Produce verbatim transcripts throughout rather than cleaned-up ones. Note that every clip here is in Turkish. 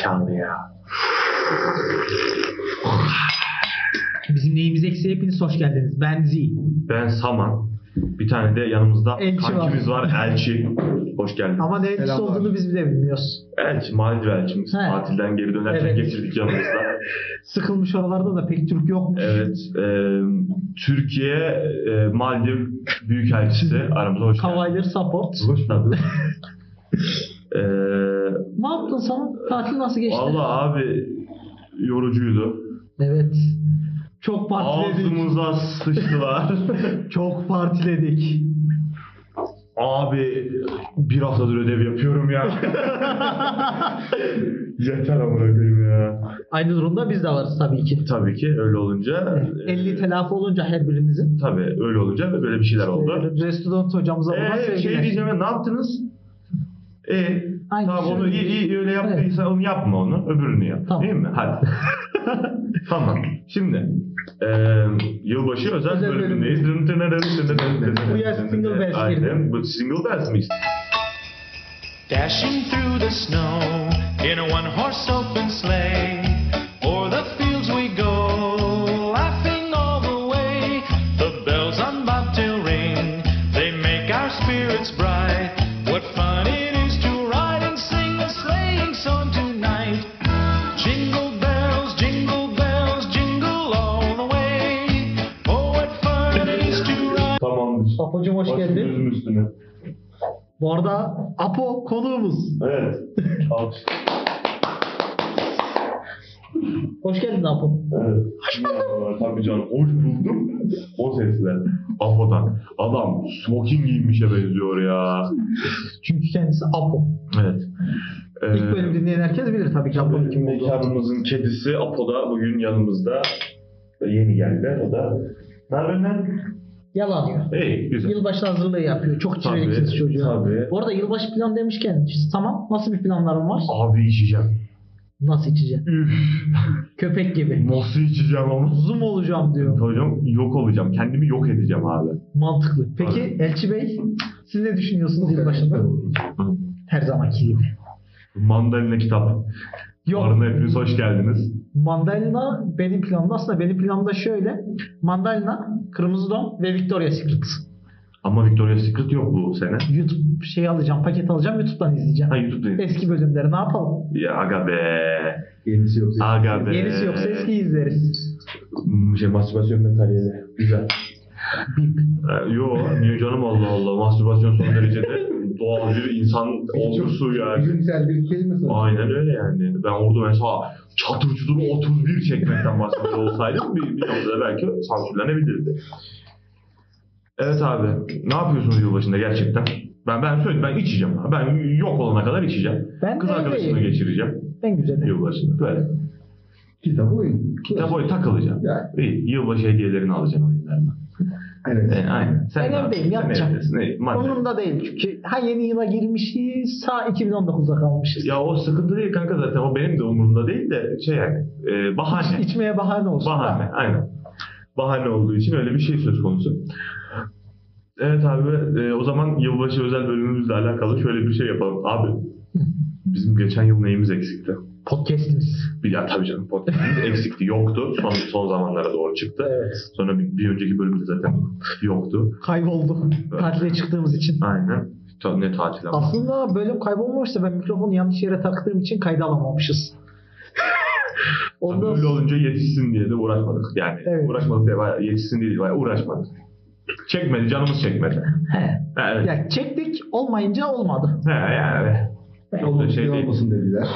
çaldı ya. Bizim neyimiz eksiği, hepiniz hoş geldiniz. Ben Z. Ben Saman. Bir tane de yanımızda Elçi kankimiz var. var. Elçi. Hoş geldin. Ama ne elçisi olduğunu biz bile bilmiyoruz. Elçi, Maldiv elçimiz. He. Tatilden geri dönerken Evet. getirdik yanımızda. Sıkılmış oralarda da pek Türk yokmuş. Evet. E, Türkiye e, Maldiv Büyükelçisi aramıza hoş geldin. Kavaylar support. Hoş bulduk. e, Ne yaptın sana? Tatil nasıl geçti? Vallahi abi yorucuydu. Evet. Çok partiledik. Ağzımıza sıçtılar. Çok partiledik. Abi bir haftadır ödev yapıyorum ya. Yeter amına koyayım ya. Aynı durumda biz de varız tabii ki. Tabii ki öyle olunca. elli telafi olunca her birimizin. Tabii öyle olunca böyle bir şeyler oldu. Restoran hocamıza buradan Eee sevgiler. şey diyeceğim ya, ne yaptınız? Eee Aynı tamam şey. onu iyi, iyi öyle yaptıysa Evet. onu yapma onu. Öbürünü yap. Tamam. Değil mi? Hadi. Tamam. Şimdi eee yılbaşı özel, Özel bölümündeyiz. Bu yaz Single Bells Aynen. girdi. Bu Single Bells mi? Dashing through the snow in a one-horse open sleigh, o'er the fields we go, laughing all the way. The bells on bobtail ring, they make our spirits bright. What fun it is to ride and sing a sleighing song tonight. Jingle bells, jingle bells, jingle all the way. Oh, what fun it is to ride. Tamamdır. Apo'cum hoş geldin. Gözüm üstüne. Bu arada Apo konuğumuz. Evet. Alkış. Hoş geldin Apo. Evet. Ya, tabii canım. Hoş buldum. O sesler. Apo'dan. Adam smoking giymişe benziyor ya. Çünkü kendisi Apo. Evet. Ee, İlk bölüm dinleyen herkes bilir tabii ki Apo'nun kim olduğunu. mekanımızın kedisi Apo da bugün yanımızda. Yeni geldi. O da. Ne haber lan? Yalanıyor. İyi, güzel. Yılbaşı hazırlığı yapıyor. Çok çirkiniz Tabii, çocuğu. tabii. Bu arada yılbaşı plan demişken tamam, nasıl bir planların var? Abi içeceğim. Nasıl içeceksin? Üf. Köpek gibi. Nasıl içeceğim ama? Zoom olacağım diyor. Hocam yok olacağım. Kendimi yok edeceğim abi. Mantıklı. Peki Evet. Elçi Bey, siz ne düşünüyorsunuz yılbaşında? Her zamanki gibi. Mandalina kitap. Yok. Arına hepiniz hoş geldiniz. Mandalina benim planımda, aslında benim planımda şöyle. Mandalina, Kırmızı Don ve Victoria's Secret. Ama Victoria's Secret yok bu sene. YouTube şey alacağım, paket alacağım, YouTube'dan izleyeceğim. Ha YouTube'da. Eski bölümleri ne yapalım? Ya aga be. Yenisi yoksa. Aga be. Yenisi yoksa eski izleriz. Hmm, Şey mastürbasyon materyali. Güzel. Bip. Ee, yo niye canım Allah Allah. Mastürbasyon son derecede doğal bir insan olgusu yani. Bilimsel bir kelime sonuçta. Aynen öyle yani. Ben orada mesela çatır çutur otuz bir çekmekten bahsediyor olsaydım bir, bir noktada belki sansürlenebilirdi. Evet abi. Ne yapıyorsunuz yılbaşında gerçekten? Ben ben söyleyeyim ben içeceğim. Ben yok olana kadar içeceğim. Ben Kız de arkadaşımla öyleyim. geçireceğim En güzeli. yılbaşında. Böyle. Kitap oyun. Kitap oyun takılacağım. Yani. İyi. Yılbaşı hediyelerini alacaksın oyunlarına. Evet. E, aynen. Sen Ben ne evdeyim, yapıyorsun? Sen yatacağım. evdesin. İyi, madem. Umurumda değil çünkü ha yeni yıla girmişiz, sağ iki bin on dokuzda kalmışız. Ya o sıkıntı değil kanka zaten. O benim de umurumda değil de şey yani. E, bahane. İç, içmeye bahane olsun. Bahane. Aynen. Bahane olduğu için öyle bir şey söz konusu. Evet abi. E, o zaman yılbaşı özel bölümümüzle alakalı şöyle bir şey yapalım. Abi bizim geçen yıl neyimiz eksikti? Podcast'imiz. Bir ya tabii canım podcast'imiz eksikti. Yoktu. Son son zamanlara doğru çıktı. Evet. Sonra bir, bir önceki bölümde zaten yoktu. Kayboldu. Tatile çıktığımız için. Aynen. Ta- Ne tatil ama. Aslında bölüm kaybolmamışsa ben mikrofonu yanlış yere taktığım için kayda alamamışız. Tabii Ondan öyle olunca yetişsin diye de uğraşmadık. Yani Evet. uğraşmadık diye bayağı yetişsin diye bayağı uğraşmadık. Çekmedi, canımız çekmedi. He. Ha, evet. Ya çektik, olmayınca olmadı. He yani. Çok da şey değil. olmasın dediler.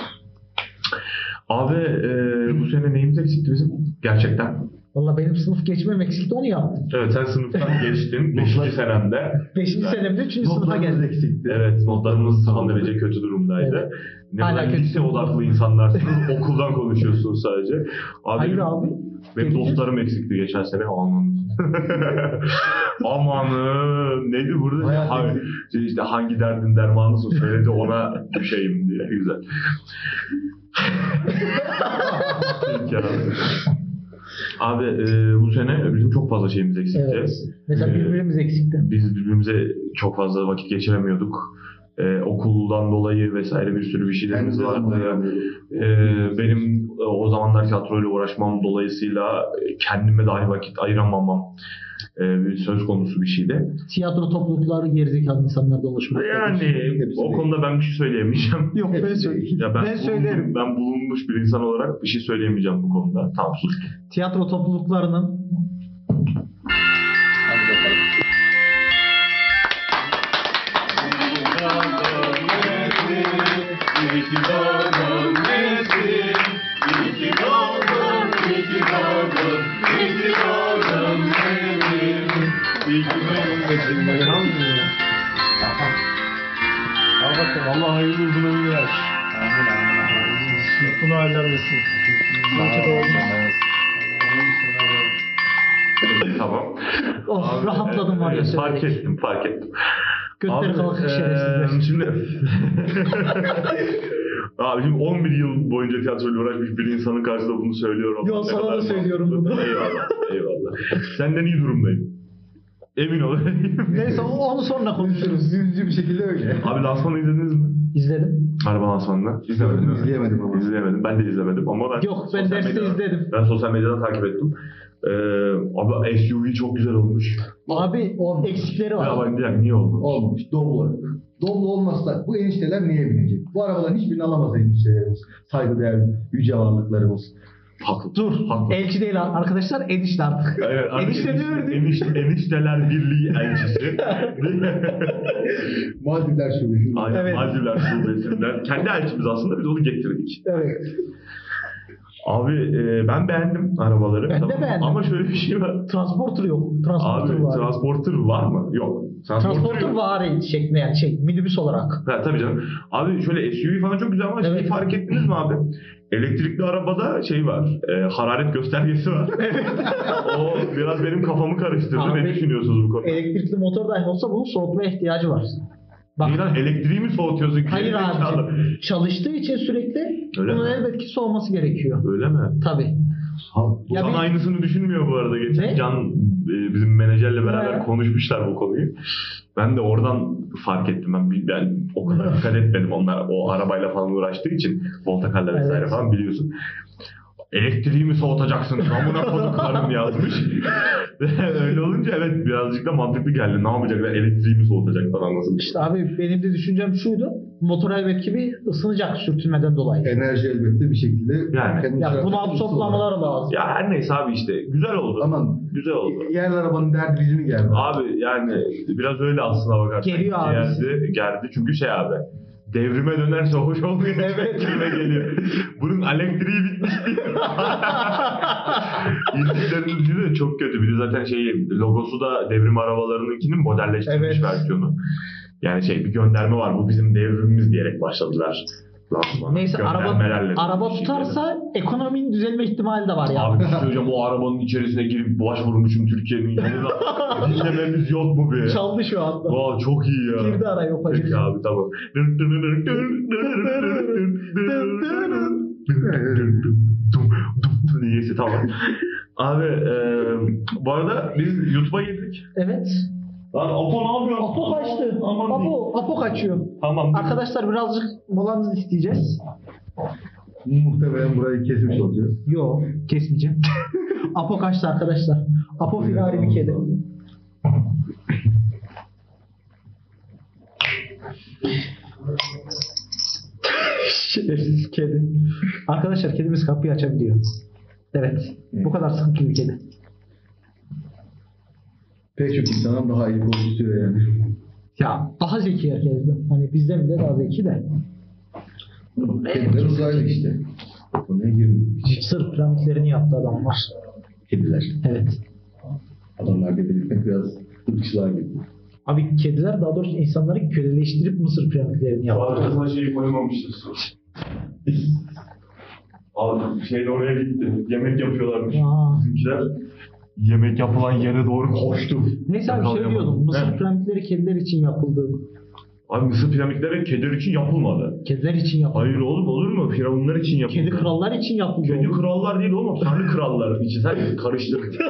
Abi e, bu sene neyimiz eksikti bizim? Gerçekten. Valla benim sınıf geçmem eksikti, onu yaptım. Evet sen sınıftan geçtin. Beşinci senemde. Beşinci Evet. senemde üçüncü sınıfa Notlarımız geldik. eksikti. Evet notlarımız son derece kötü durumdaydı. Evet. Ne Hala kadar kötü. lise odaklı insanlarsınız. Okuldan konuşuyorsunuz sadece. Abi, Hayır abi. benim Gelince- dostlarım eksikti geçen sene. Aman. Amanı. Neydi burada? Hayat Ha, eksik. işte hangi derdin dermanısın söyledi ona düşeyim diye. Güzel. Peki abi. Abi e, bu sene bizim çok fazla şeyimiz eksikti. Evet. Mesela Ee, birbirimiz eksikti. Biz birbirimize çok fazla vakit geçiremiyorduk. Ee, okuldan dolayı vesaire bir sürü bir şeylerimiz Kendinize zaman vardı. ayırmıyorum. Ee, benim e, o zamanlar tiyatroyla uğraşmam dolayısıyla e, kendime dahi vakit ayıramamam e, bir söz konusu bir şeydi. Tiyatro toplulukları gerizekalı insanlardan oluşmakta. Yani Hepsi o değil. konuda ben bir şey söyleyemeyeceğim. Yok ben söyleyeyim. Ya ben, ben bulundum- söylerim. ben bulunmuş bir insan olarak bir şey söyleyemeyeceğim bu konuda. Tamam sus. Tiyatro topluluklarının Hadi bakalım. Al bakalım. Allah hayırlı uzun ömür ver. Amin amin amin. Mutlu haller versin. İyi ki doğdun. Tamam. oh, Abi, rahatladım var ya e, Fark söyleyerek. ettim, fark ettim. Götleri kalkık e, şerefsizler. Şimdi abi şimdi on bir yıl boyunca tiyatroyla uğraşmış bir insanın karşısında bunu söylüyor olmak Yo, ne sana da kadar söylüyorum mantıklı. bunu. Eyvallah, eyvallah. Senden iyi durumdayım. Emin ol. Neyse onu sonra konuşuruz. Üzücü bir şekilde öyle. Abi lansmanı izlediniz mi? İzledim. Araba lansmanını. İzlemedim. Gördüm, mi? izleyemedim ama. İzleyemedim. Ben de izlemedim ama ben Yok, ben sosyal derste medyadan- izledim. Ben sosyal medyadan takip ettim. Ee, abi S U V çok güzel olmuş. Abi o eksikleri Ya var. bak bir dakika niye olmamış? Olmamış. Doblo. Doblo olmazsa bu enişteler niye binecek? Bu arabaların hiçbirini alamaz eniştelerimiz. Saygıdeğer yüce varlıklarımız. Haklı. Dur. Haklı. Elçi değil arkadaşlar. Enişte artık. Evet, abi, Enişte eniş- diyordu. eniş- Enişteler Birliği elçisi. Maldivler şubesi. Aynen, Evet. Maldivler Şubesi'nden. Kendi elçimiz aslında biz onu getirdik. Evet. Abi e, ben beğendim arabaları. Ben de beğendim. Ama şöyle bir şey var. Transporter yok. Transporter Abi var. transporter var mı? Yok. Transporter yok. var şeklinde yani şey minibüs olarak. Ha, tabii canım. Abi şöyle S U V falan çok güzel ama Evet. şeyi fark ettiniz mi abi? Elektrikli arabada şey var. E, hararet göstergesi var. O biraz benim kafamı karıştırdı. Abi, ne düşünüyorsunuz bu konuda? Elektrikli motor dahi olsa bunun soğutmaya ihtiyacı var. Bak, Neden elektriği mi soğutuyorsun? hayır Gerizekalı. abi. Çalıştığı için sürekli Öyle bunun mi? elbet ki soğuması gerekiyor. Öyle mi? Tabii. Ya Can bir- aynısını düşünmüyor bu arada. Geçen Ne? Can e, bizim menajerle beraber He. konuşmuşlar bu konuyu. Ben de oradan fark ettim. Ben, bir- ben o kadar dikkat etmedim. Onlar o arabayla falan uğraştığı için. Voltakarla vesaire Evet. falan biliyorsun. Elektriği mi soğutacaksınız? Amına koduklarım yazmış. Öyle olunca evet birazcık da mantıklı geldi. Ne yapacaklar? Elektriği mi soğutacak falan nasıl? İşte abi benim de düşüncem şuydu. Motor elbet ki bir ısınacak sürtünmeden dolayı. Enerji elbette bir şekilde. Yani. kendini Ya şartla bunu tutması absorblamaları lazım. Ya her neyse abi işte. Güzel oldu. Aman. Güzel oldu. Yerli arabanın derdi bizim geldi. Abi yani biraz öyle aslına bakarsan. Geliyor abi. Geldi, geldi. Çünkü şey abi. Devrime dönerse hoş olmuyor. Evet. geliyor. Bunun elektriği bitmiş değil. İlgileriniz de çok kötü. Bir de zaten şey logosu da devrim arabalarınınkinin modelleştirilmiş Evet. versiyonu. Yani şey bir gönderme var. Bu bizim devrimimiz diyerek başladılar. Lansmana. Neyse araba Göndermelerle araba bir şey tutarsa ekonominin düzelme ihtimali de var ya. Abi bir şey söyleyeceğim o arabanın içerisine girip başvurmuşum Türkiye'nin yanına. Dinlememiz yok mu be? Çaldı şu anda. Vay çok iyi ya. Girdi araya o Peki paket. abi tamam. Neyse tamam. Abi e, bu arada biz YouTube'a girdik. Evet. Lan Apo ne yapıyorsun? Apo kaçtı. Aman diyeyim. Apo, Apo kaçıyor. Tamam. Arkadaşlar birazcık molanızı isteyeceğiz. Muhtemelen burayı kesmiş olacağız. Yo, kesmeyeceğim. Apo kaçtı arkadaşlar. Apo firari bir kedi. Şerefsiz kedi. Arkadaşlar kedimiz kapıyı açabiliyor. Evet. Bu kadar sıkıntılı bir kedi. Pek çok insandan daha iyi konuşuyor yani. Ya daha zeki herkesten. Hani bizden bile daha zeki de. Kediler uzaylı işte. Konuya girmiyor hiç. Sırf piramitlerini yaptı adamlar. Kediler. Evet. Adamlar belirtmek biraz ırkçılar gibi. Abi kediler daha doğrusu insanları köleleştirip Mısır piramitlerini yaptı. Arkasına şeyi koymamışız. Abi şeyle oraya gitti. Yemek yapıyorlarmış. Aa. Bizimkiler yemek yapılan yere doğru koştu. Neyse abi şey Yakalayamadım. diyordum. Mısır He. piramitleri kediler için yapıldı. Abi Mısır piramitleri kediler için yapılmadı. Kediler için yapıldı. Hayır oğlum olur mu? Firavunlar için yapıldı. Kedi krallar için yapıldı. Kedi oğlum. krallar değil oğlum. Tanrı krallar için. Sen karıştırdın.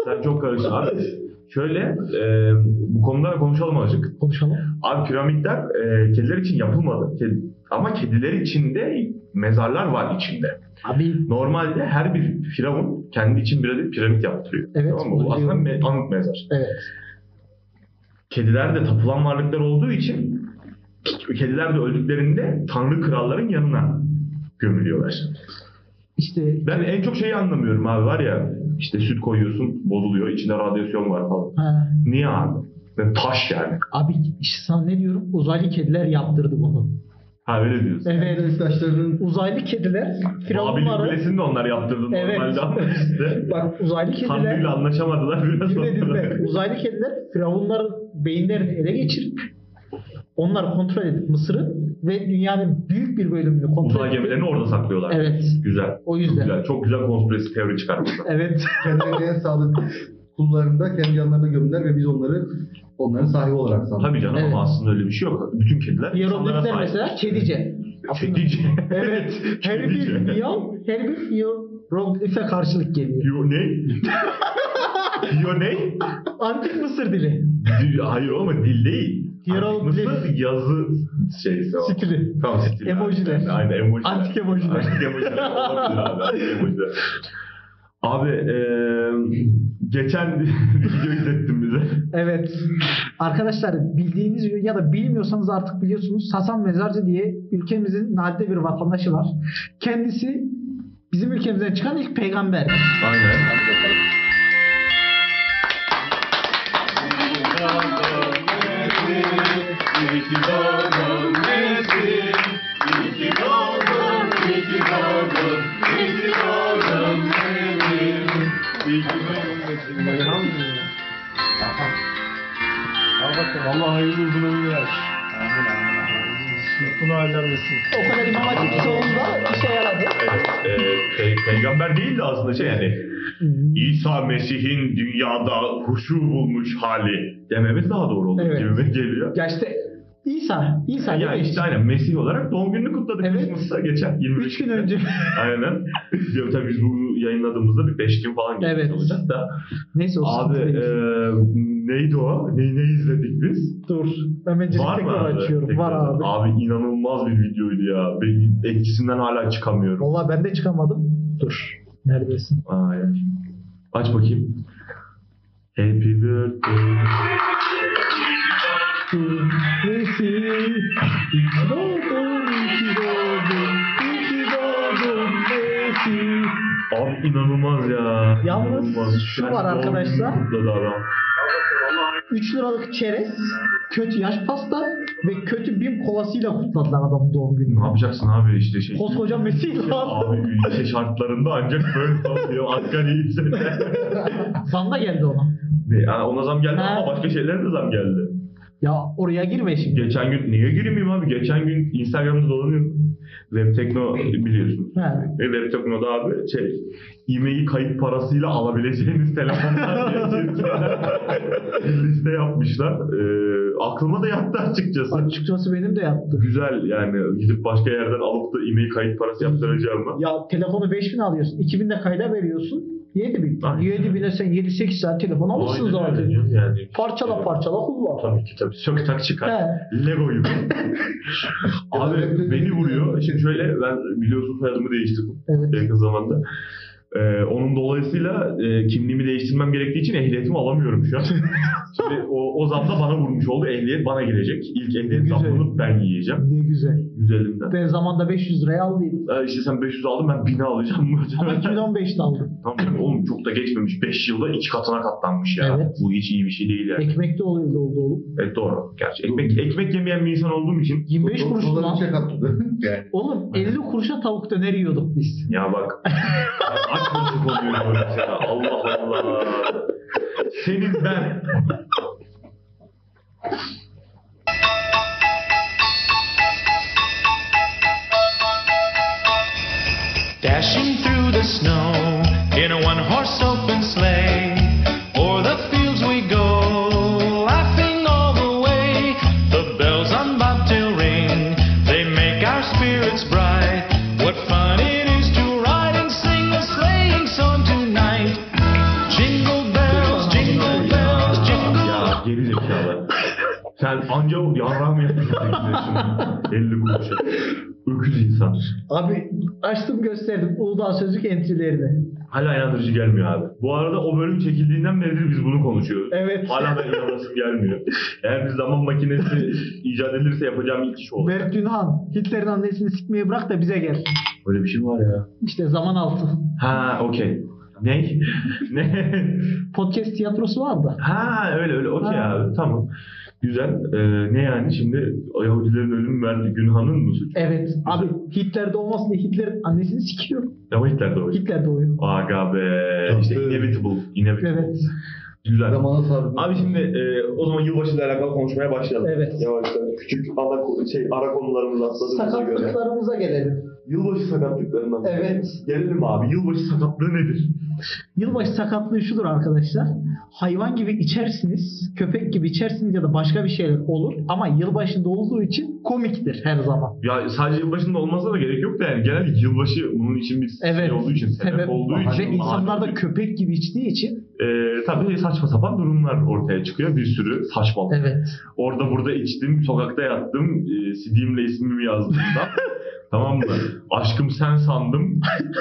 Sen çok karıştın abi. Şöyle e, bu konuda konuşalım azıcık. Konuşalım. Abi piramitler e, kediler için yapılmadı. Kedi, ama kediler için de mezarlar var içinde. Abi Normalde her bir firavun kendi için bir adet piramit yaptırıyor. Evet, Tamam mı? bunu Bu aslında biliyorum. me- anıt mezar. evet. Kediler de tapılan varlıklar olduğu için kediler de öldüklerinde tanrı kralların yanına gömülüyorlar. İşte Ben en çok şeyi anlamıyorum abi, var ya işte süt koyuyorsun bozuluyor, içinde radyasyon var falan. ha, Niye abi? Yani taş yani. abi işte sana ne diyorum? Uzaylı kediler yaptırdı bunu. Ha öyle diyorsun. Evet. Taşlarının Uzaylı kediler Babil'in firavunları. kulesini de onlar yaptırdı Evet. normalde ama işte. Bak uzaylı kediler. Tanrı'yla anlaşamadılar biraz Dinle sonra. dinle. Uzaylı kediler firavunların beyinlerini ele geçirip onları kontrol edip Mısır'ı ve dünyanın büyük bir bölümünü kontrol Uzay edip. gemilerini orada saklıyorlar. Evet. Güzel. O yüzden. Çok güzel. Çok güzel konspirasi teori çıkarmışlar. Evet. kendilerine en sadık kullarını da kendi yanlarına gömdüler ve biz onları onların sahibi olarak sandık. Tabii canım Evet. ama aslında öyle bir şey yok. Bütün kediler insanlara Hieroglifler sahip. mesela kedice. Kedice. Evet. Her Kedice. bir miyal, her bir hieroglife karşılık geliyor. Yo ne? Yo ne? Antik Mısır dili. Dil- Hayır oğlum dil değil. Hieroglif. Mısır yazı şeysi o. Stili. Tamam stil. Emojiler. Aynen emojiler. Antik emojiler. Antik emojiler. Olabilir abi. Antik emojiler. Abi eee geçen video izlettin bize. Evet. Arkadaşlar bildiğiniz ya da bilmiyorsanız artık biliyorsunuz. Hasan Mezarcı diye ülkemizin nadide bir vatandaşı var. Kendisi bizim ülkemizden çıkan ilk peygamber. Aynen. Allah hayırlı uzun ömür ver. Mutlu haller versin. O kadar İmam Hatip sonunda işe yaradı. Evet, eee, pe- peygamber değil de aslında şey yani İsa Mesih'in dünyada huşu bulmuş hali dememiz daha doğru olur Evet. gibime geliyor. Ya işte İsa, İsa Ya değil mi? işte aynen Mesih olarak doğum gününü kutladık Evet. Christmas'ta geçen yirmi beş Üç gün önce. Aynen. Ya tabii biz bu yayınladığımızda bir beş gün falan geçmiş Evet. olacak da. Neyse o Abi sıkıntı değil. eee neydi o? Ne, ne izledik biz? Dur. Hemencik Var mı tekrar abi? açıyorum. Tekrar. Var abi. Abi inanılmaz bir videoydu ya. Ben etkisinden hala çıkamıyorum. Vallahi ben de çıkamadım. Dur. Neredesin? Ay. Aç bakayım. Happy birthday. Messi. İyi ki doğdun, iyi ki doğdun, iyi ki doğdun Messi. Abi inanılmaz ya. Yalnız İnanılmaz. şu Yani var doğum arkadaşlar. gününü kutladı adam. üç liralık çerez, kötü yaş pasta ve kötü bim kovasıyla kutladılar adamın doğum gününü. Ne yapacaksın abi işte şey. Koskoca Messi lan. Abi ülke şartlarında ancak böyle topluyor. Asgari ücret. Zam da geldi ona. Ne, yani ona zam geldi Ha. ama başka şeylere de zam geldi. Ya oraya girme şimdi. Geçen gün niye girmeyeyim abi? Geçen gün Instagram'da dolanıyorum. Webtekno biliyorsun. Ha. Ve Webtekno'da abi şey e-mail kayıt parasıyla alabileceğiniz telefonlar diye bir liste yapmışlar. Ee, aklıma da yattı açıkçası. Açıkçası benim de yattı. Güzel yani gidip başka yerden alıp da e-mail kayıt parası yaptıracağım. Ya telefonu beş bin alıyorsun. iki bin de kayda veriyorsun. yedi bin. Aynen. yedi bine sen yedi sekiz saat telefon alırsın zaten. Yani. Parçala parçala kullan. Tabii ki tabii. Sök tak çıkar. He. Lego gibi. Abi beni vuruyor. Şimdi şöyle ben biliyorsun soyadımı değiştirdim. Evet. Yakın zamanda. Ee, onun dolayısıyla e, kimliğimi değiştirmem gerektiği için ehliyetimi alamıyorum şu an. Şimdi o, o zam da bana vurmuş oldu. Ehliyet bana girecek. İlk ehliyet Güzel. zamını ben yiyeceğim. Ne güzel. Güzelinden. Ben zamanda beş yüz liraya aldıydım. Ee, işte sen beş yüz aldın ben bin alacağım. Ama iki bin on beşte aldım. Tamam oğlum çok da geçmemiş. beş yılda iki katına katlanmış ya. Evet. Bu hiç iyi bir şey değil yani. Ekmek de oluyor oldu oğlum. Evet doğru. Gerçi ekmek, ekmek yemeyen bir insan olduğum için. yirmi beş kuruş Dolar lan. üçe katladı. Yani. Oğlum elli kuruşa tavuk döner yiyorduk biz. Ya bak. Açma şu konuyu böyle mesela. Allah Allah. Senin ben. Dashing through the snow in a one-horse open sleigh. O'er the fields we go, laughing all the way. The bells on bobtail ring, they make our spirits bright. What fun it is to ride and sing a sleighing song tonight. Jingle bells. Geri zekalı. Sen anca yarrağımı yapıyorsun elli kuruşa. Öküz insan. Abi açtım gösterdim Uludağ Sözlük entry'lerini. Hala inandırıcı gelmiyor abi. Bu arada o bölüm çekildiğinden beridir biz bunu konuşuyoruz. Evet. Hala da inanasım gelmiyor. Eğer bir zaman makinesi icat edilirse yapacağım ilk iş olur. Berk Günhan, Hitler'in annesini sikmeyi bırak da bize gel. Öyle bir şey var ya. İşte zaman altı. Ha okey. Ne? Ne? Podcast tiyatrosu var da. Ha öyle öyle okey Ha. abi tamam. Güzel. Ee, ne yani şimdi Yahudilerin ölümü verdi Günhan'ın mı suçu? Evet. Abi Hitler doğmasın diye Hitler'in annesini sikiyor. Ama Hitler de o. Hitler doğuyor. Aga be. Çok İşte güzel. inevitable. Inevitable. Evet. Güzel. Zamana sardım. Abi şimdi e, o zaman yılbaşıyla alakalı konuşmaya başlayalım. Evet. Yavaştan. Küçük ana şey ara konularımızı atladığımıza göre. Sakatlıklarımıza gelelim. Yılbaşı sakatlıklarından. Evet. Gelelim abi. Yılbaşı sakatlığı nedir? Yılbaşı sakatlığı şudur arkadaşlar. Hayvan gibi içersiniz, köpek gibi içersiniz ya da başka bir şeyler olur ama yılbaşında olduğu için komiktir her zaman. Ya sadece yılbaşında olmasına da gerek yok da yani genelde yılbaşı bunun için bir Evet. şey olduğu için, sebep, Sebep olduğu ve için. insanlar da abi, köpek gibi içtiği için. e, tabii saçma sapan durumlar ortaya çıkıyor. Bir sürü saçmalık. Evet. Orada burada içtim, sokakta yattım, e, C D'imle ismimi yazdığımda tamam mı? Aşkım sen sandım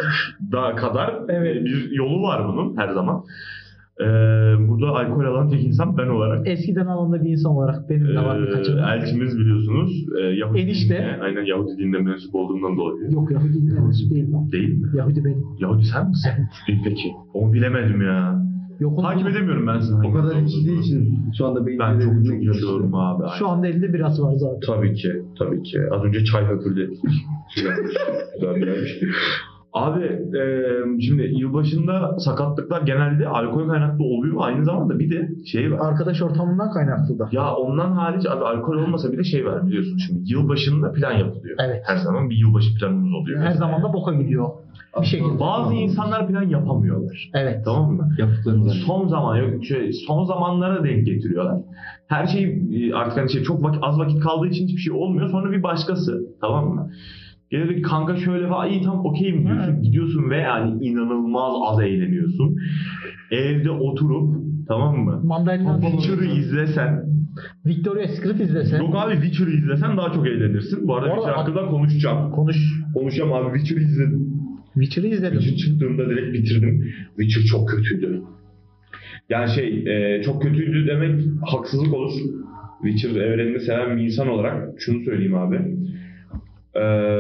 da kadar Evet. e, bir yolu var bunun her zaman. E, burada alkol alan tek insan ben olarak. Eskiden alanda bir insan olarak benim de var birkaç E, adım. elçimiz biliyorsunuz. E, Yahudi Enişte. dinine, aynen Yahudi dinine mensup olduğundan dolayı. Yok Yahudi mensup değil lan. Değil mi? Yahudi benim. Yahudi sen misin? İyi peki. Onu bilemedim ya. Yok onu Takip edemiyorum ben sizi. O kadar içtiği için şu anda beyin Ben çok çok giriyor. içiyorum abi. şu anda elinde biraz var zaten. Tabii ki, tabii ki. Az önce çay höpürdü. Güzelmiş, güzel güzelmiş. Abi e, şimdi yılbaşında sakatlıklar genelde alkol kaynaklı oluyor. Aynı zamanda bir de şey var. Arkadaş ortamından kaynaklı da. Ya ondan hariç abi alkol olmasa bir de şey var biliyorsun şimdi. Yılbaşında plan yapılıyor. Evet. Her zaman bir yılbaşı planımız oluyor. Her zaman da boka gidiyor. Bir şekilde. Bazı insanlar plan yapamıyorlar. Evet. Tamam mı? Yaptıklarını Son zaman yok şey, son zamanlara denk getiriyorlar. Her şey e, artık hani şey çok vakit, az vakit kaldığı için hiçbir şey olmuyor. Sonra bir başkası, tamam mı? Gelir kanka şöyle falan iyi tamam okeyim diyorsun. Evet. Gidiyorsun ve yani inanılmaz az eğleniyorsun. Evde oturup tamam mı? Mandalina Witcher'ı izlesen. Victoria's Secret izlesen. Yok abi Witcher'ı izlesen daha çok eğlenirsin. Bu arada Bu arada- Witcher hakkında konuşacağım. Konuş. Konuşacağım abi Witcher'ı izledim. Witcher'ı izledim. Witcher çıktığımda direkt bitirdim. Witcher çok kötüydü. Yani şey, e, çok kötüydü demek haksızlık olur. Witcher evrenini seven bir insan olarak şunu söyleyeyim abi. E,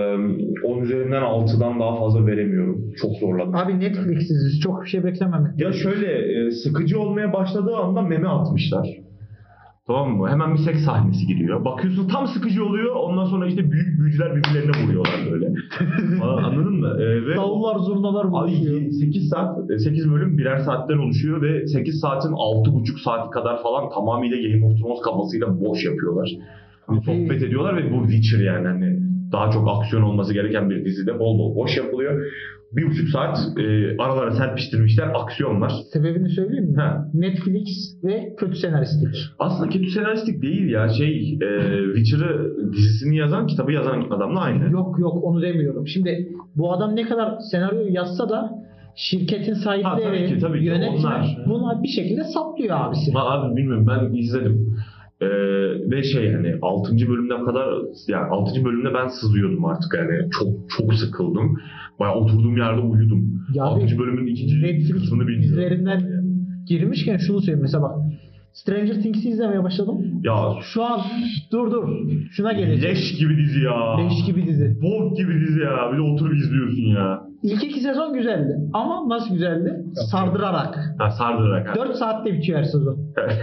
on üzerinden altıdan daha fazla veremiyorum. Çok zorladım. Abi Netflix'iz. Çok bir şey beklememek. Ya şöyle, e, sıkıcı olmaya başladığı anda meme atmışlar. Tamam mı? Hemen bir seks sahnesi giriyor. Bakıyorsun tam sıkıcı oluyor. Ondan sonra işte büyük büyücüler birbirlerine vuruyorlar böyle. Falan, anladın mı? Ee, ve Davullar, zurnalar buluşuyor. abi sekiz saat, sekiz bölüm birer saatten oluşuyor ve sekiz saatin altı buçuk saati kadar falan tamamıyla Game of Thrones kafasıyla boş yapıyorlar. Hani sohbet ediyorlar ve bu Witcher yani hani daha çok aksiyon olması gereken bir dizide bol bol boş yapılıyor. Bir buçuk saat e, aralara serpiştirmişler, aksiyon var. Sebebini söyleyeyim mi? Ha. Netflix ve kötü senaristlik. Aslında kötü senaristlik değil ya şey e, Witcher'ı dizisini yazan kitabı yazan adamla aynı. Yok yok onu demiyorum. Şimdi bu adam ne kadar senaryo yazsa da şirketin Ha, sahipleri, tabii ki, tabii ki. yönetmen Onlar. buna bir şekilde saplıyor abisi. Ha, abi bilmiyorum ben izledim. Ee, ve şey hani altıncı bölümde kadar yani altıncı bölümde ben sızıyordum artık yani çok çok sıkıldım. Bayağı oturduğum yerde uyudum. Ya altıncı abi, bölümün ikinci Netflix kısmını bilmiyorum. dizilerinden girmişken şunu söyleyeyim mesela bak. Stranger Things'i izlemeye başladım. Ya Şu an dur dur şuna geleceğim. leş gibi dizi ya. Leş gibi dizi. Bok gibi dizi ya. Bir de oturup izliyorsun ya. İlk iki sezon güzeldi. Ama nasıl güzeldi? Sardırarak. Ha sardırarak. ha. dört saatte bitiyor her sezon.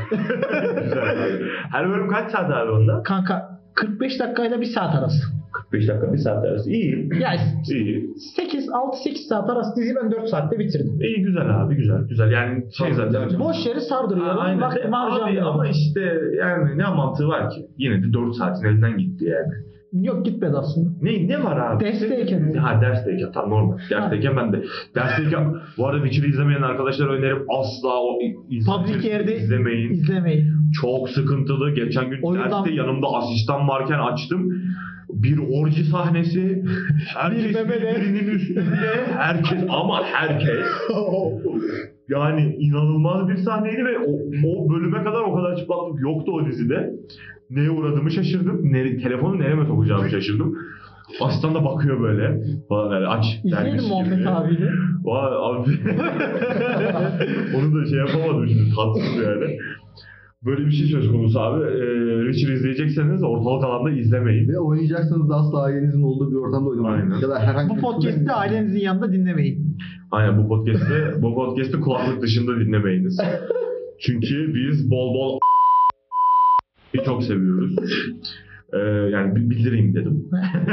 Güzel abi. Her bölüm kaç saat abi onda? Kanka kırk beş dakikayla bir saat arası. kırk beş dakika bir saat arası. İyi. Yani İyi. sekiz altı sekiz saat arası dizi ben dört saatte bitirdim. İyi güzel abi güzel. Güzel yani şey Tamam, zaten. güzel. Boş yeri sardırıyorum. Aynen. Vaktimi Abi harcamıyorum. ama işte yani ne mantığı var ki? Yine de dört saatin elinden gitti yani. Yok gitmedi aslında. Ne ne var abi? Dersteyken. Ha dersteyken tam normal. Dersteyken ben de. Dersteyken bu arada Witcher'ı izlemeyen arkadaşlar önerim asla o insan Public içerisinde yerde izlemeyin. izlemeyin. Çok sıkıntılı. Geçen gün Oyundan- derste yanımda asistan varken açtım. Bir orji sahnesi. Herkes Bir memele. birbirinin üstünde. Herkes ama herkes. Yani inanılmaz bir sahneydi ve o, o bölüme kadar o kadar çıplaklık yoktu o dizide. Neye uğradığımı şaşırdım. Ne, telefonu nereme sokacağımı şaşırdım. Asistan da bakıyor böyle. Falan yani aç. İzleyelim Muhammed abiyle. Vay abi. Onu da şey yapamadım şimdi. Tatsız yani. Böyle bir şey söz konusu abi. Ee, Richard izleyecekseniz ortalık alanda izlemeyin. Ve oynayacaksanız da asla ailenizin olduğu bir ortamda oynamayın. Aynen. Ya da herhangi Bu bir podcast'i ailenizin yanında dinlemeyin. Aynen bu podcast'te bu podcast'te kulaklık dışında dinlemeyiniz. Çünkü biz bol bol çok seviyoruz. Ee, yani bildireyim dedim.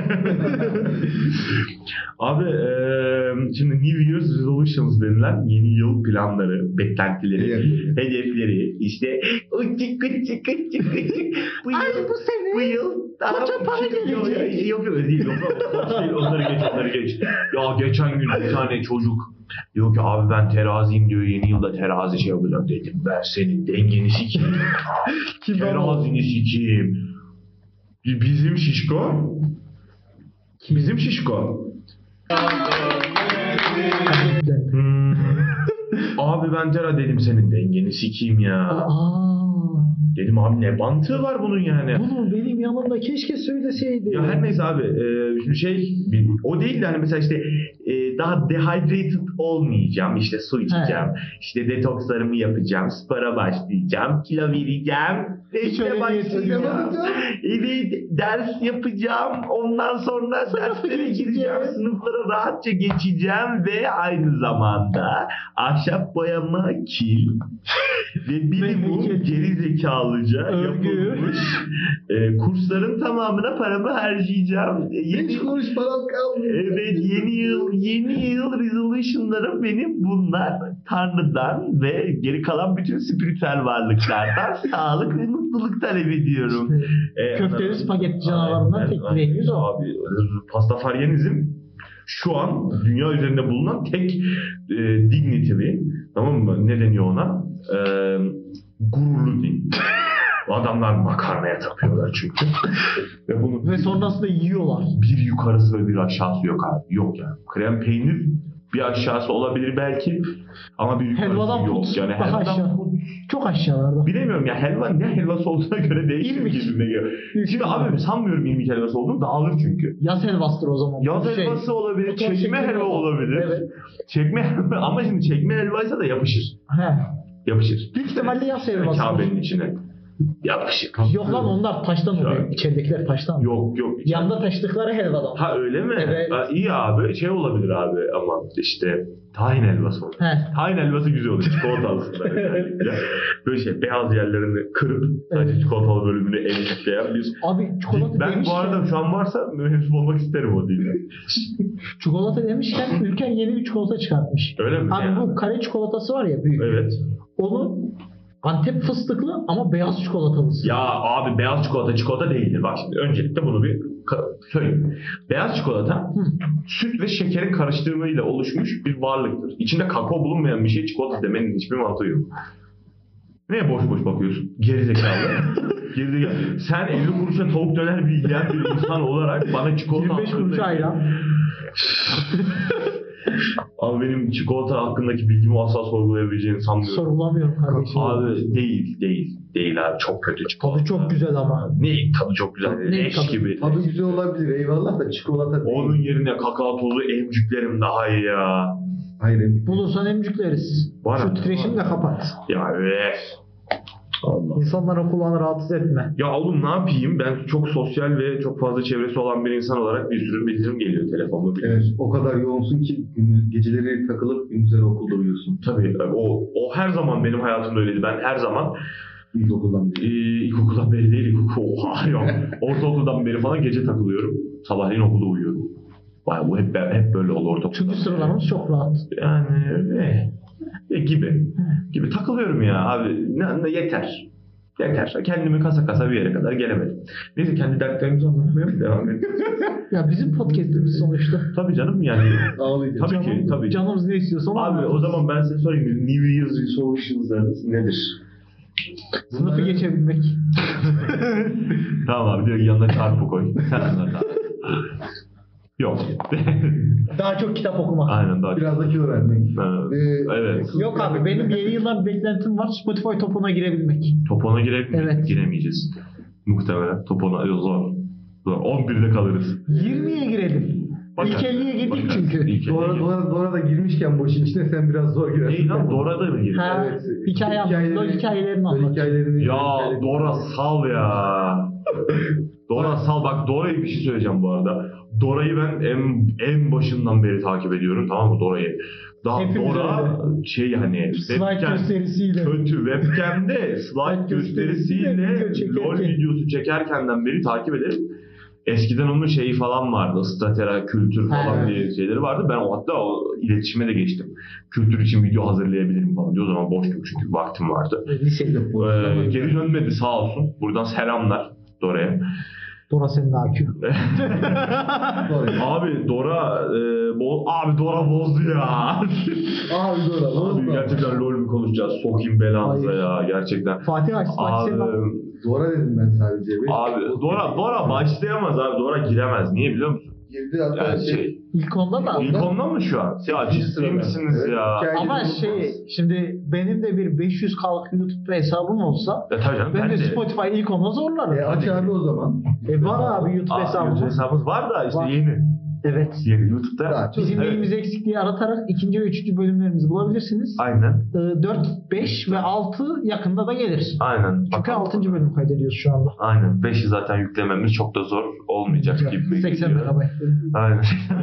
Abi e, şimdi New Year's Resolutions denilen yeni yıl planları, beklentileri, Hedefleri. hedefleri, işte uçuk uçuk uçuk uçuk bu Ay yıl, bu sene bu yıl koca para Yok, gelecek. Yok yok öyle değil. Yok, yok, değil. Onları geç, onları geç. Ya geçen gün bir tane çocuk diyor ki abi ben teraziyim diyor, yeni yılda terazi şey yapacağım. Dedim ben senin dengeni sikeyim. Terazini sikeyim. Bizim şişko. Bizim şişko. Hmm. Abi ben tera dedim senin dengeni sikeyim ya. Aa, Dedim abi ne mantığı var bunun yani. bunu benim yanımda keşke söyleseydi. Ya her neyse abi e, şey bir- o değil de hani mesela işte e, daha dehydrated olmayacağım, işte su içeceğim, işte detokslarımı yapacağım, spora başlayacağım, kilo vereceğim ve Hiç işte öyle niyetin yok. başlayacağım. Evet, ders yapacağım, ondan sonra derslere geçeceğim. gireceğim, sınıflara rahatça geçeceğim ve aynı zamanda ahşap boyama, kil ve minimum Memleket. geri zekalıca Örgü. yapılmış e, kursların tamamına paramı harcayacağım. E, Hiç Yeni, kuruş param kalmıyor. evet yeni yıl yeni yıl resolution'larım benim bunlar. Tanrı'dan ve geri kalan bütün spiritüel varlıklardan sağlık ve mutluluk talep ediyorum. E, Köfteli anladın mı? spagetti canavarından Aynen, tek aynen. dileğimiz o. Abi pastafaryanizm şu an dünya üzerinde bulunan tek e, dignitary, tamam mı? Ne deniyor ona? E, gururlu din. Adamlar makarnaya tapıyorlar çünkü. Ve bunu Ve sonrasında yiyorlar. bir yukarısı ve bir aşağısı yok abi. Yok yani. Krem peynir bir aşağısı olabilir belki ama bir yukarısı Helvadan yok. put Yani daha helvadan aşağı. put. Çok aşağılarda. Bilemiyorum ya, helva ne helvası olduğuna göre değişir İrmik. birbirine göre. Şimdi abi sanmıyorum irmik helvası olduğunu, dağılır çünkü. Yaz helvasıdır o zaman. Yaz Şey, helvası olabilir, bu tarz çekme şekilde helva olur. olabilir. Evet. Çekme helva ama şimdi çekme helvaysa da yapışır. He. Yapışır. Büyük ihtimalle yaz helvası. Kabe'nin içine. Yapışır. Yok lan onlar taştan oluyor. Şöyle. İçeridekiler taştan. Yok yok. Yanda taştıkları helvadan. Ha öyle mi? Evet. Ha, iyi abi. Şey olabilir abi ama işte tahin helvası olur. He. Tahin helvası güzel olur. Çikolatalısında özellikle. Böyle şey beyaz yerlerini kırıp sadece Evet. çikolatalı bölümünü emcikleyen bir... Abi çikolata Ben demişken, bu arada şu an varsa mensup olmak isterim o değil. çikolata demişken Ülker yeni bir çikolata çıkartmış. Öyle mi? Abi Yani? bu kare çikolatası var ya büyük. Evet. Onu Antep fıstıklı ama beyaz çikolatalısı. Ya abi beyaz çikolata çikolata değildir. Bak şimdi öncelikle bunu bir ka- söyleyeyim. Beyaz çikolata Hı. süt ve şekerin karıştırılığıyla oluşmuş bir varlıktır. İçinde kakao bulunmayan bir şey çikolata demenin hiçbir mantığı yok. Neye boş boş bakıyorsun? Gerizekalı. Gerizekalı. Sen elli kuruşa tavuk döner bir yiyen bir insan olarak bana çikolata yirmi beş kuruş hakkında- ayran. Abi benim çikolata hakkındaki bilgimi asla sorgulayabileceğini sanmıyorum. Sorgulamıyorum kardeşim. Abi değil, değil. Değil abi. Çok kötü çikolata. Tadı çok güzel ama. Ne tadı çok güzel. Ne Leş tadı? gibi. Tadı güzel olabilir eyvallah da çikolata değil. Onun yerine kakao tozu emcüklerim daha iyi ya. Hayır em- Bulursan emcikleriz. Var Şu mı? titreşimi de kapat. Ya evet. Allah. İnsanların kulağını rahatsız etme. Ya oğlum ne yapayım? Ben çok sosyal ve çok fazla çevresi olan bir insan olarak bir sürü bildirim geliyor telefonuma. Evet, o kadar yoğunsun ki gündüz, geceleri takılıp gündüzleri okulda uyuyorsun. Tabii o, o her zaman benim hayatımda öyleydi. Ben her zaman İlkokuldan beri. e, ilkokuldan beri değil, ilkokul, oha yok. Ortaokuldan beri falan gece takılıyorum. Sabahleyin okulda uyuyorum. Vay bu hep hep böyle oldu ortaokulda. Çünkü sıralarımız çok rahat. Yani e, e, gibi. Gibi takılıyorum ya abi. Ne, ne, yeter. Yeter. Kendimi kasa kasa bir yere kadar gelemedim. Neyse kendi dertlerimizi anlatmaya mı devam edelim? Ya bizim podcast'imiz sonuçta. Tabii canım yani. Ağlayacağım. Tabii ki tabii. Canımız ne istiyorsa onu Abi o anlatırız. zaman ben size sorayım. New Year's Resolutions'larınız nedir? Sınıfı geçebilmek. Tamam abi direkt yanına çarpı koy. Sen anlat abi. Yok. Daha çok kitap okumak. Aynen daha. Biraz da kilo vermek. Evet. Ee, Evet. Yok abi benim yeni yıllar bir beklentim var. Spotify topuna girebilmek. Topona girelim mi? Evet. Giremeyeceğiz. Muhtemelen. Topona yok, zor. Zor. on birde kalırız. yirmiye girelim. Bakın, İlk elliye girdik bakın. çünkü. İlk Dora, elliye Dora, Dora da girmişken bu işin içine sen biraz zor girersin. girdik. Ney lan? Dora'da mı girdik? Ha, hikaye anlatıyor. LoL hikayelerini LoL anlatıyor. hikayelerini. Ya Dora sal ya. Dora sal. Bak Dora'yı bir şey söyleyeceğim bu arada. Dora'yı ben en, en başından beri takip ediyorum, tamam mı Dora'yı? Daha Hepimiz Dora şey hani Slide webcam- gösterisiyle. kötü webcam'de slide gösterisiyle Video çekerken. LoL videosu çekerkenden beri takip ederim. Eskiden onun şeyi falan vardı. Stratera, kültür falan Evet. diye şeyleri vardı. Ben o hatta o iletişime de geçtim. Kültür için video hazırlayabilirim falan diye. O zaman boştum çünkü vaktim vardı. Lisede. Ee, geri dönmedi sağ olsun. Buradan selamlar Dora'ya. Dora senin A Q. Dora. Abi Dora e, bo- abi Dora bozdu ya. Abi Dora. Abi Abi, gerçekten LoL mü konuşacağız? Sokayım belanıza Hayır. ya gerçekten. Fatih Aç. Fatih Abi, senin Dora dedim ben sadece. Ve abi Dora Dora başlayamaz abi. Dora giremez. Niye biliyor musun? girdi hatta Yani şey. şey. ilk onda da. İlk ondan mı şu an? Ya İkinci ciddi sırada. misiniz Evet, ya? hikaye- Ama şey şimdi benim de bir beş yüz kalık YouTube hesabım olsa Ya tabii canım ben, ben de de. Spotify ilk ona zorlarım. E, aç abi o zaman. E var abi YouTube Aa, hesabımız. YouTube hesabımız var da işte Var. yeni. Evet. Yeni YouTube'da. Daha çok- Bizim Evet. neyimiz eksik diye aratarak ikinci ve üçüncü bölümlerimizi bulabilirsiniz. Aynen. dört, beş ve altı yakında da gelir. Aynen. Çünkü Bakalım. altıncı bölüm kaydediyoruz şu anda. Aynen. beşi zaten yüklememiz çok da zor olmayacak gibi seksen geliyor. megabayt. Aynen.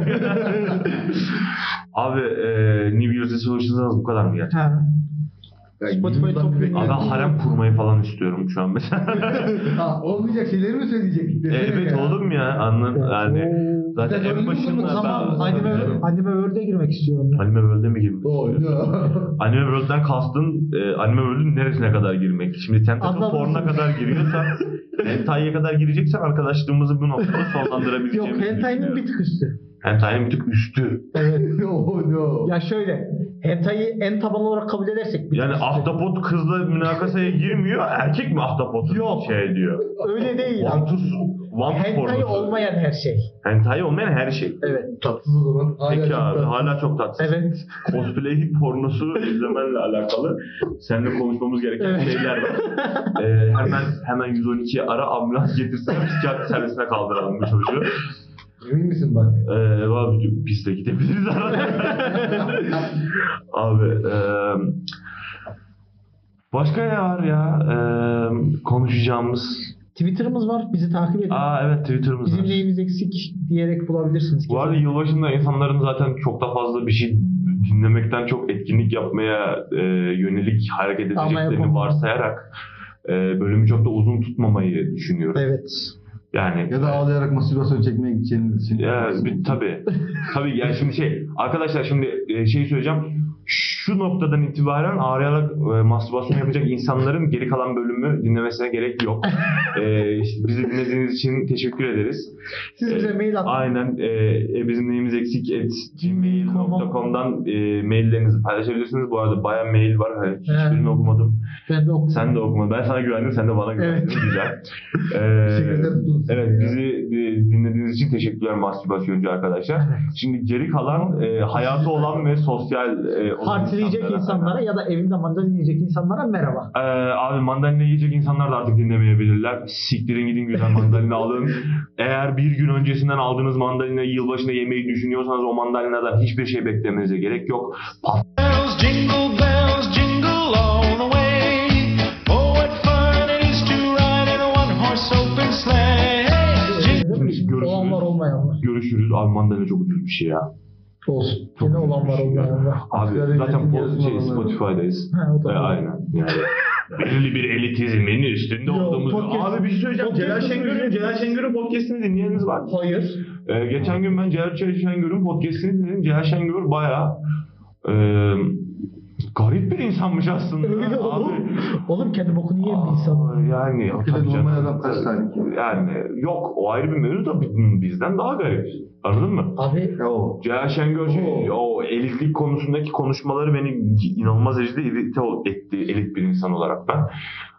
Abi e, New Year's Resolution'ınız bu kadar mı gerçekten? Ha. Yani Spotify yüzümüzden top bir bir- Abi ben harem kurmayı falan istiyorum şu an mesela. Ha, olmayacak şeyleri mi söyleyecek? E, evet oğlum ya anladın yani. Oo. Zaten Sen en öyle başında O zaman ben- anime, anime World'e girmek istiyorum. ben. Anime World'e mi girmek Oh istiyorsun? no. Anime World'den kastın e, Anime World'ün neresine kadar girmek? Şimdi Tentacle Anladım. Porn'a kadar giriyorsan Hentai'ye kadar gireceksen arkadaşlığımızı bu noktada Yok sonlandırabileceğimizi hentai'nin düşünüyorum. bir tık üstü. Hentai'nin bir tık üstü. Evet. Oh no. Ya şöyle hentai'yi en taban olarak kabul edersek bir Yani tık üstü. ahtapot kızla münakasaya girmiyor. Erkek mi ahtapotu Yok. şey diyor. Öyle değil. Vantus, Vantus Hentai pornosu. olmayan her şey. Hentai olmayan her şey. Evet. Tatsız o zaman. Hala Peki çok abi tatsız. hala çok tatsız. Evet. Cosplay pornosu izlemenle alakalı seninle konuşmamız gereken Evet. şeyler var. Ee, hemen hemen yüz on ikiye ara ambulans getirsen psikiyatri servisine kaldıralım bu çocuğu. Emin misin bak? Ee, abi biz de gidebiliriz arada. abi e, başka ne var ya e, konuşacağımız? Twitter'ımız var. Bizi takip edin. Aa evet Twitter'ımız Bizim var. neyimiz eksik diyerek bulabilirsiniz. Bu arada yılbaşında insanların zaten çok da fazla bir şey dinlemekten çok etkinlik yapmaya e, yönelik hareket Ama edeceklerini yapamam. varsayarak e, bölümü çok da uzun tutmamayı düşünüyorum. Evet. Yani Ya da ağlayarak mastürbasyon çekmeye gideceğiniz için. ya, bir, tabii. Tabii yani şimdi şey arkadaşlar şimdi e, şey söyleyeceğim. Şu noktadan itibaren ağlayarak e, mastürbasyon yapacak insanların geri kalan bölümü dinlemesine gerek yok. e, işte bizi dinlediğiniz için teşekkür ederiz. Siz bize E, mail atın. Aynen. E, e, bizim neyimiz eksik et gmail nokta com'dan e, maillerinizi paylaşabilirsiniz. Bu arada bayağı mail var. Hani hiçbirini Evet. okumadım. Ben de okudum. Sen de okumadın. Ben sana güvendim. Sen de bana güvendin. Evet. Güzel. Teşekkür E, ederim. evet. Bizi e, dinlediğiniz için teşekkürler mastürbasyoncu arkadaşlar. Evet. Şimdi geri kalan e, hayatı olan ve sosyal e, olan Partileyecek insanlara ya da evinde mandalina yiyecek insanlara merhaba. Ee, abi mandalina yiyecek insanlar da artık dinlemeyebilirler. Siktirin gidin güzel mandalina alın. Eğer bir gün öncesinden aldığınız mandalinayı yılbaşında yemeyi düşünüyorsanız o mandalinadan hiçbir şey beklemenize gerek yok. Bells, jingle bells, jingle all the way. Oh, what fun it is to ride in a one-horse open sleigh. Jingle- Görüşürüz. Olanlar olmayanlar. Görüşürüz. Abi mandalina çok ucuz bir şey ya. Olsun. Çok Yine ucuz olan bir var şey ya. olmayan var. Abi Asgari zaten ücretin po- yarısını şey, alanlar. Spotify'dayız. Ha, o da E, var. aynen yani. Belirli bir elitizmin üstünde Yo, olduğumuz... podcast- Abi bir şey söyleyeceğim. podcast- Celal Şengör'ün Celal Şengör'ün podcast'ini dinleyeniniz var mı? Hayır. Ee, geçen gün ben Celal Şengör'ün podcast'ini dinledim. Celal Şengör bayağı e, garip bir insanmış aslında. Öyle abi. oğlum. Oğlum kendi bokunu yiyen bir Aa, insan. Yani Bir de tabii normal canım. adam kaç tane ki? Yani yok o ayrı bir mevzu da bizden daha garip. Anladın mı? Abi Ya o. Celal Şengör şey, o elitlik konusundaki konuşmaları beni inanılmaz derecede irite etti elit bir insan olarak ben.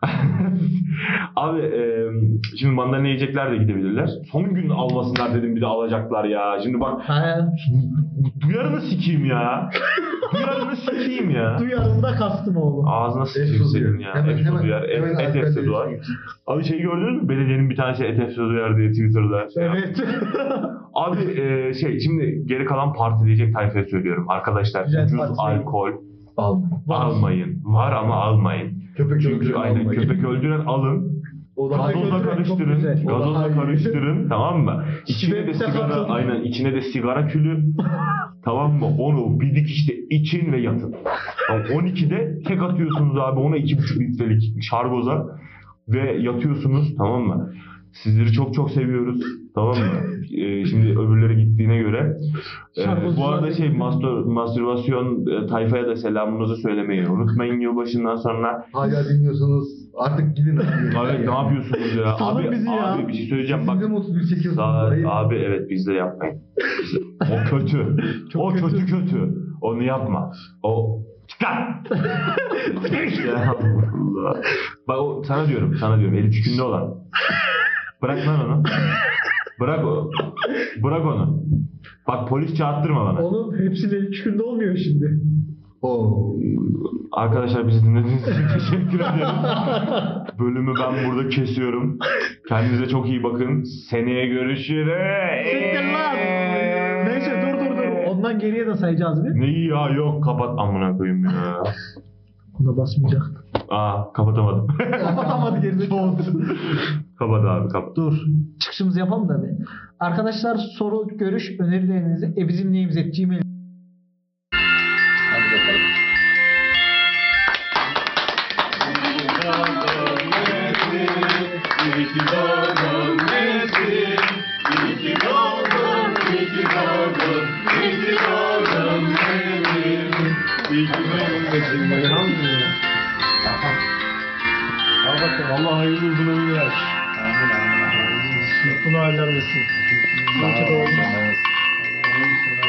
Abi e, şimdi mandalina yiyecekler de gidebilirler. Son gün almasınlar dedim bir de alacaklar ya. Şimdi bak ha, duyarını sikeyim ya. Duyarını sikeyim ya. duyarında kastım oğlum. Ağzına sıçayım Efso senin duyar. ya. Hemen- Efso hemen- duyar. hemen Et, et Alper'le efso duyar. ilişki. Abi şey gördünüz mü? Belediyenin bir tane şey et efso duyar diye Twitter'da. Şey yaptı. Evet. Abi e, şey şimdi geri kalan partileyecek tayfaya söylüyorum. Arkadaşlar Güzel ucuz partileyin. alkol Al. almayın. Var ama almayın. Köpek Çünkü öldüren aynen almayın. köpek öldüren alın. O da Gazozla öldüren çok karıştırın. güzel. O da Gazozla hayır. karıştırın. Tamam mı? İçine de Şiddete sigara katın. aynen içine de sigara külü. Tamam mı? Onu bir dikişte için ve yatın. Tamam, on ikide tek atıyorsunuz abi ona iki buçuk litrelik şargoza ve yatıyorsunuz, tamam mı? Sizleri çok çok seviyoruz. Tamam mı? Ee, şimdi öbürleri gittiğine göre. Ee, Şargozcular bu arada da şey gitti. mastür, mastürbasyon e, tayfaya da selamınızı söylemeyi unutmayın yılbaşından sonra. Hala dinliyorsunuz. Artık gidin. Abi ne yapıyorsunuz ya? Salın abi, bizi ya. abi bir şey söyleyeceğim bak. Siz de mi otuz bir çekiyorsunuz? Sağ, Hayır. abi evet biz de yapmayın. O kötü. Çok o kötü. kötü. kötü Onu yapma. O çıkar. Ya Allah. Bak o, sana diyorum sana diyorum eli tükünde olan. Bırak lan onu. Bırak o. Bırak onu. Bak polis çağırttırma bana. Oğlum hepsi de üç günde olmuyor şimdi. Oo. Arkadaşlar bizi dinlediğiniz için teşekkür ederim. Bölümü ben burada kesiyorum. Kendinize çok iyi bakın. Seneye görüşürüz. Siktir lan. Neyse dur dur dur. Ondan geriye de sayacağız bir. Ne iyi ya yok kapat amına koyayım ya. Ona basmayacak. Aa kapatamadım. Kapatamadı gerizekalı. Kapat abi kapat. Dur. Çıkışımızı yapalım da bir. Arkadaşlar soru, görüş, önerilerinizi e bizim neyimiz et gmail. Hadi bakalım. Al bakalım. Allah hayırlı uzun ömür ver. Amin amin amin. Mutlu Noeller versin. İyi ki doğdun. Evet.